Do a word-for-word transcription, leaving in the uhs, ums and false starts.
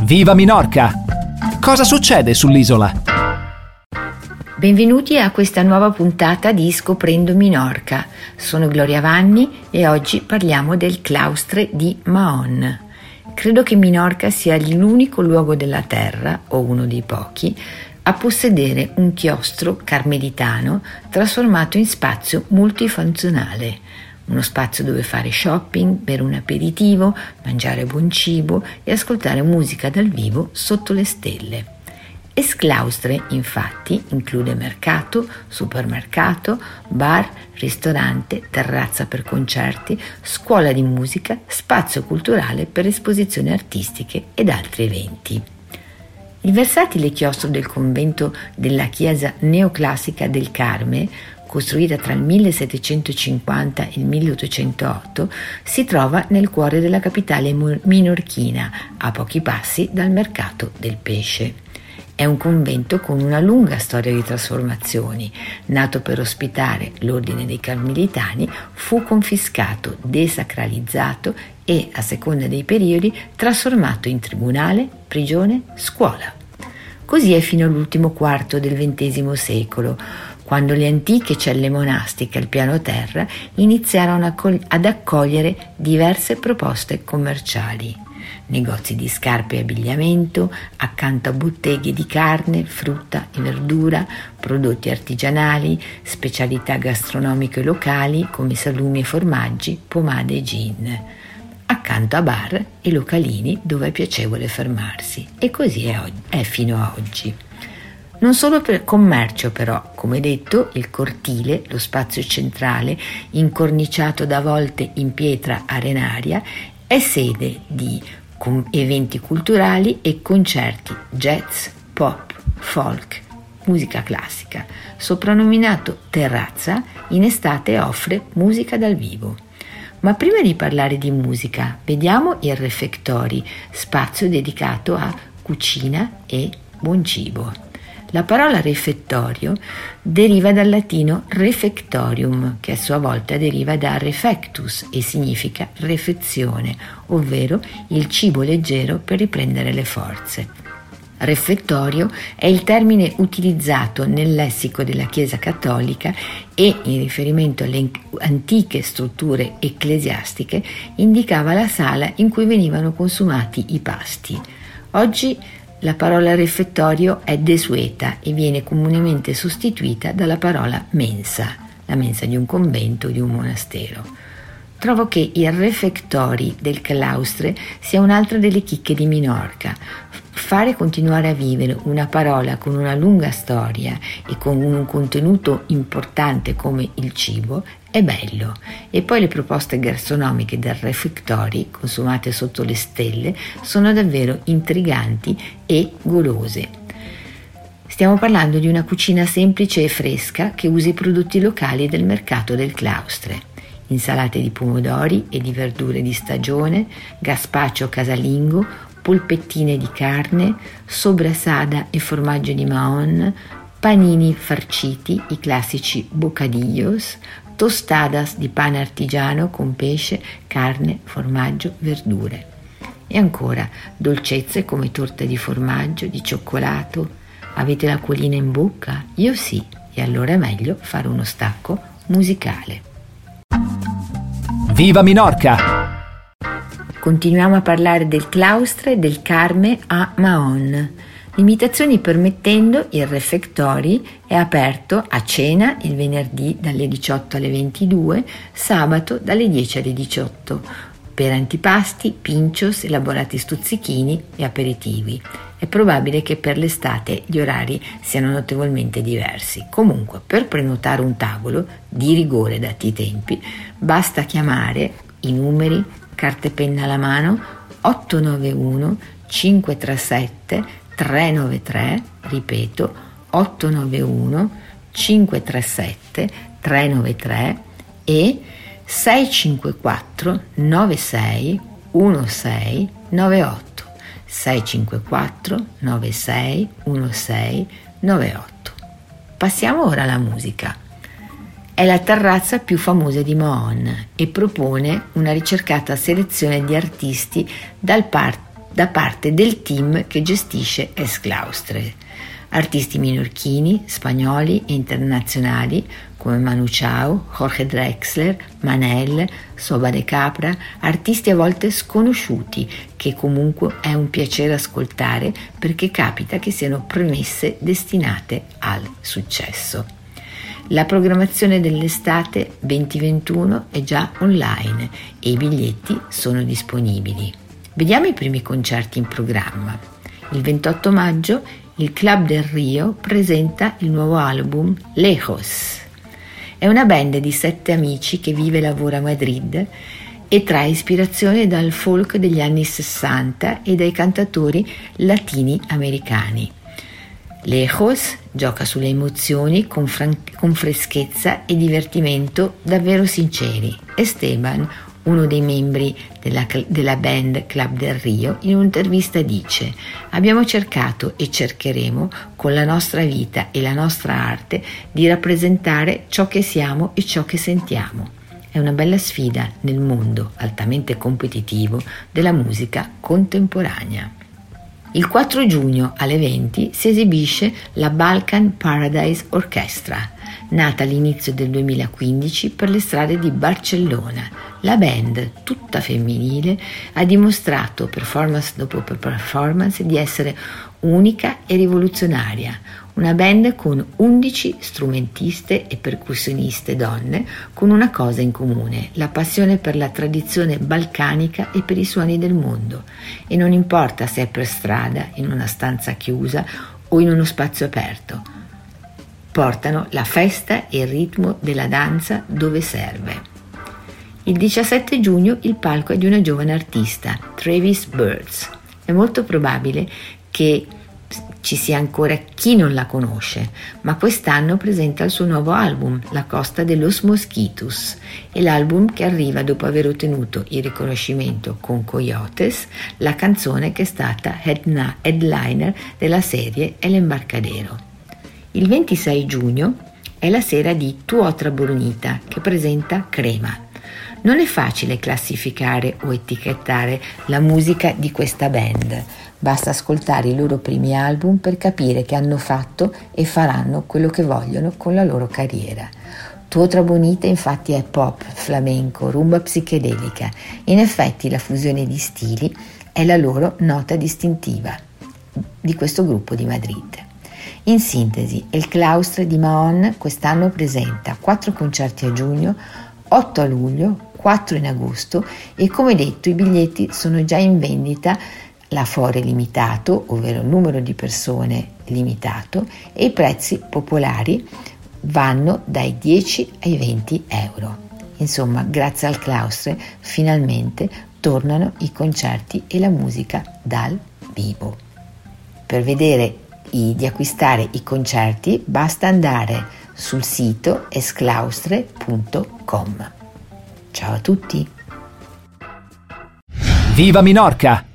Viva Minorca! Cosa succede sull'isola? Benvenuti a questa nuova puntata di Scoprendo Minorca. Sono Gloria Vanni e oggi parliamo del claustre di Mahon. Credo che Minorca sia l'unico luogo della Terra, o uno dei pochi, a possedere un chiostro carmelitano trasformato in spazio multifunzionale. Uno spazio dove fare shopping, bere un aperitivo, mangiare buon cibo e ascoltare musica dal vivo sotto le stelle. Esclaustre, infatti, include mercato, supermercato, bar, ristorante, terrazza per concerti, scuola di musica, spazio culturale per esposizioni artistiche ed altri eventi. Il versatile chiostro del convento della chiesa neoclassica del Carme, costruita tra il millesettecentocinquanta e il milleottocentootto, si trova nel cuore della capitale minorchina, a pochi passi dal mercato del pesce. È un convento con una lunga storia di trasformazioni. Nato per ospitare l'ordine dei Carmelitani, fu confiscato, desacralizzato e, a seconda dei periodi, trasformato in tribunale, prigione, scuola. Così è fino all'ultimo quarto del ventesimo secolo, quando le antiche celle monastiche al piano terra iniziarono ad accogliere diverse proposte commerciali. Negozi di scarpe e abbigliamento, accanto a botteghe di carne, frutta e verdura, prodotti artigianali, specialità gastronomiche locali come salumi e formaggi, pomade e gin, accanto a bar e localini dove è piacevole fermarsi. E così è, è fino a oggi. Non solo per commercio però, come detto, il cortile, lo spazio centrale, incorniciato da volte in pietra arenaria, è sede di eventi culturali e concerti jazz, pop, folk, musica classica. Soprannominato terrazza, in estate offre musica dal vivo. Ma prima di parlare di musica, vediamo il refectori, spazio dedicato a cucina e buon cibo. La parola refettorio deriva dal latino refectorium, che a sua volta deriva da refectus e significa refezione, ovvero il cibo leggero per riprendere le forze. Refettorio è il termine utilizzato nel lessico della Chiesa cattolica e, in riferimento alle antiche strutture ecclesiastiche, indicava la sala in cui venivano consumati i pasti. Oggi la parola refettorio è desueta e viene comunemente sostituita dalla parola mensa, la mensa di un convento o di un monastero. Trovo che il refectori del claustre sia un'altra delle chicche di Minorca. Fare continuare a vivere una parola con una lunga storia e con un contenuto importante come il cibo è bello. E poi le proposte gastronomiche del refectori, consumate sotto le stelle, sono davvero intriganti e golose. Stiamo parlando di una cucina semplice e fresca che usa i prodotti locali del mercato del claustre. Insalate di pomodori e di verdure di stagione, gazpacho casalingo, polpettine di carne, sobrassada e formaggio di Mahon, panini farciti, i classici bocadillos, tostadas di pane artigiano con pesce, carne, formaggio, verdure. E ancora dolcezze come torta di formaggio, di cioccolato. Avete l'acquolina in bocca? Io sì, e allora è meglio fare uno stacco musicale. Viva Minorca! Continuiamo a parlare del claustre del Carme a Mahon. Limitazioni permettendo, il refectori è aperto a cena il venerdì dalle diciotto alle ventidue, sabato dalle dieci alle diciotto, per antipasti, pinchos, elaborati stuzzichini e aperitivi. È probabile che per l'estate gli orari siano notevolmente diversi. Comunque, per prenotare un tavolo, di rigore dati i tempi, basta chiamare i numeri, carta e penna alla mano, otto nove uno cinque tre sette tre nove tre, ripeto, otto nove uno cinque tre sette tre nove tre e sei cinque quattro nove sei uno sei nove otto. sei cinque quattro nove sei uno sei nove otto. Passiamo ora alla musica. È la terrazza più famosa di Mahon e propone una ricercata selezione di artisti dal, par- da parte del team che gestisce Es Claustre. Artisti minorchini, spagnoli e internazionali come Manu Chao, Jorge Drexler, Manel, Soba de Capra, artisti a volte sconosciuti che comunque è un piacere ascoltare perché capita che siano premesse destinate al successo. La programmazione dell'estate venti ventuno è già online e i biglietti sono disponibili. Vediamo i primi concerti in programma. Il ventotto maggio il Club del Rio presenta il nuovo album Lejos. È una band di sette amici che vive e lavora a Madrid e trae ispirazione dal folk degli anni sessanta e dai cantatori latini americani. Lejos gioca sulle emozioni con, fran- con freschezza e divertimento davvero sinceri. Esteban, uno dei membri della, della band Club del Rio, in un'intervista dice: abbiamo cercato e cercheremo con la nostra vita e la nostra arte di rappresentare ciò che siamo e ciò che sentiamo. È una bella sfida nel mondo altamente competitivo della musica contemporanea. Il quattro giugno alle venti si esibisce la Balkan Paradise Orchestra, nata all'inizio del duemilaquindici per le strade di Barcellona. La band, tutta femminile, ha dimostrato performance dopo performance di essere unica e rivoluzionaria. Una band con undici strumentiste e percussioniste donne con una cosa in comune: la passione per la tradizione balcanica e per i suoni del mondo. E non importa se è per strada, in una stanza chiusa o in uno spazio aperto. Portano la festa e il ritmo della danza dove serve. Il diciassette giugno il palco è di una giovane artista, Travis Birds. È molto probabile che ci sia ancora chi non la conosce, ma quest'anno presenta il suo nuovo album, La Costa de los Mosquitos, e l'album che arriva dopo aver ottenuto il riconoscimento con Coyotes, la canzone che è stata headliner della serie El Embarcadero. Il ventisei giugno è la sera di Tu Otra Bonita, che presenta Crema. Non è facile classificare o etichettare la musica di questa band. Basta ascoltare i loro primi album per capire che hanno fatto e faranno quello che vogliono con la loro carriera. Tu Otra Bonita infatti è pop, flamenco, rumba psichedelica. In effetti la fusione di stili è la loro nota distintiva di questo gruppo di Madrid. In sintesi, il Claustre di Mahon quest'anno presenta quattro concerti a giugno, otto a luglio, quattro in agosto e, come detto, i biglietti sono già in vendita, l'aforo è limitato, ovvero il numero di persone limitato, e i prezzi popolari vanno dai dieci ai venti euro. Insomma, grazie al Claustre finalmente tornano i concerti e la musica dal vivo. Per vedere i, di acquistare i concerti basta andare sul sito esclaustre punto com. Ciao a tutti! Viva Minorca!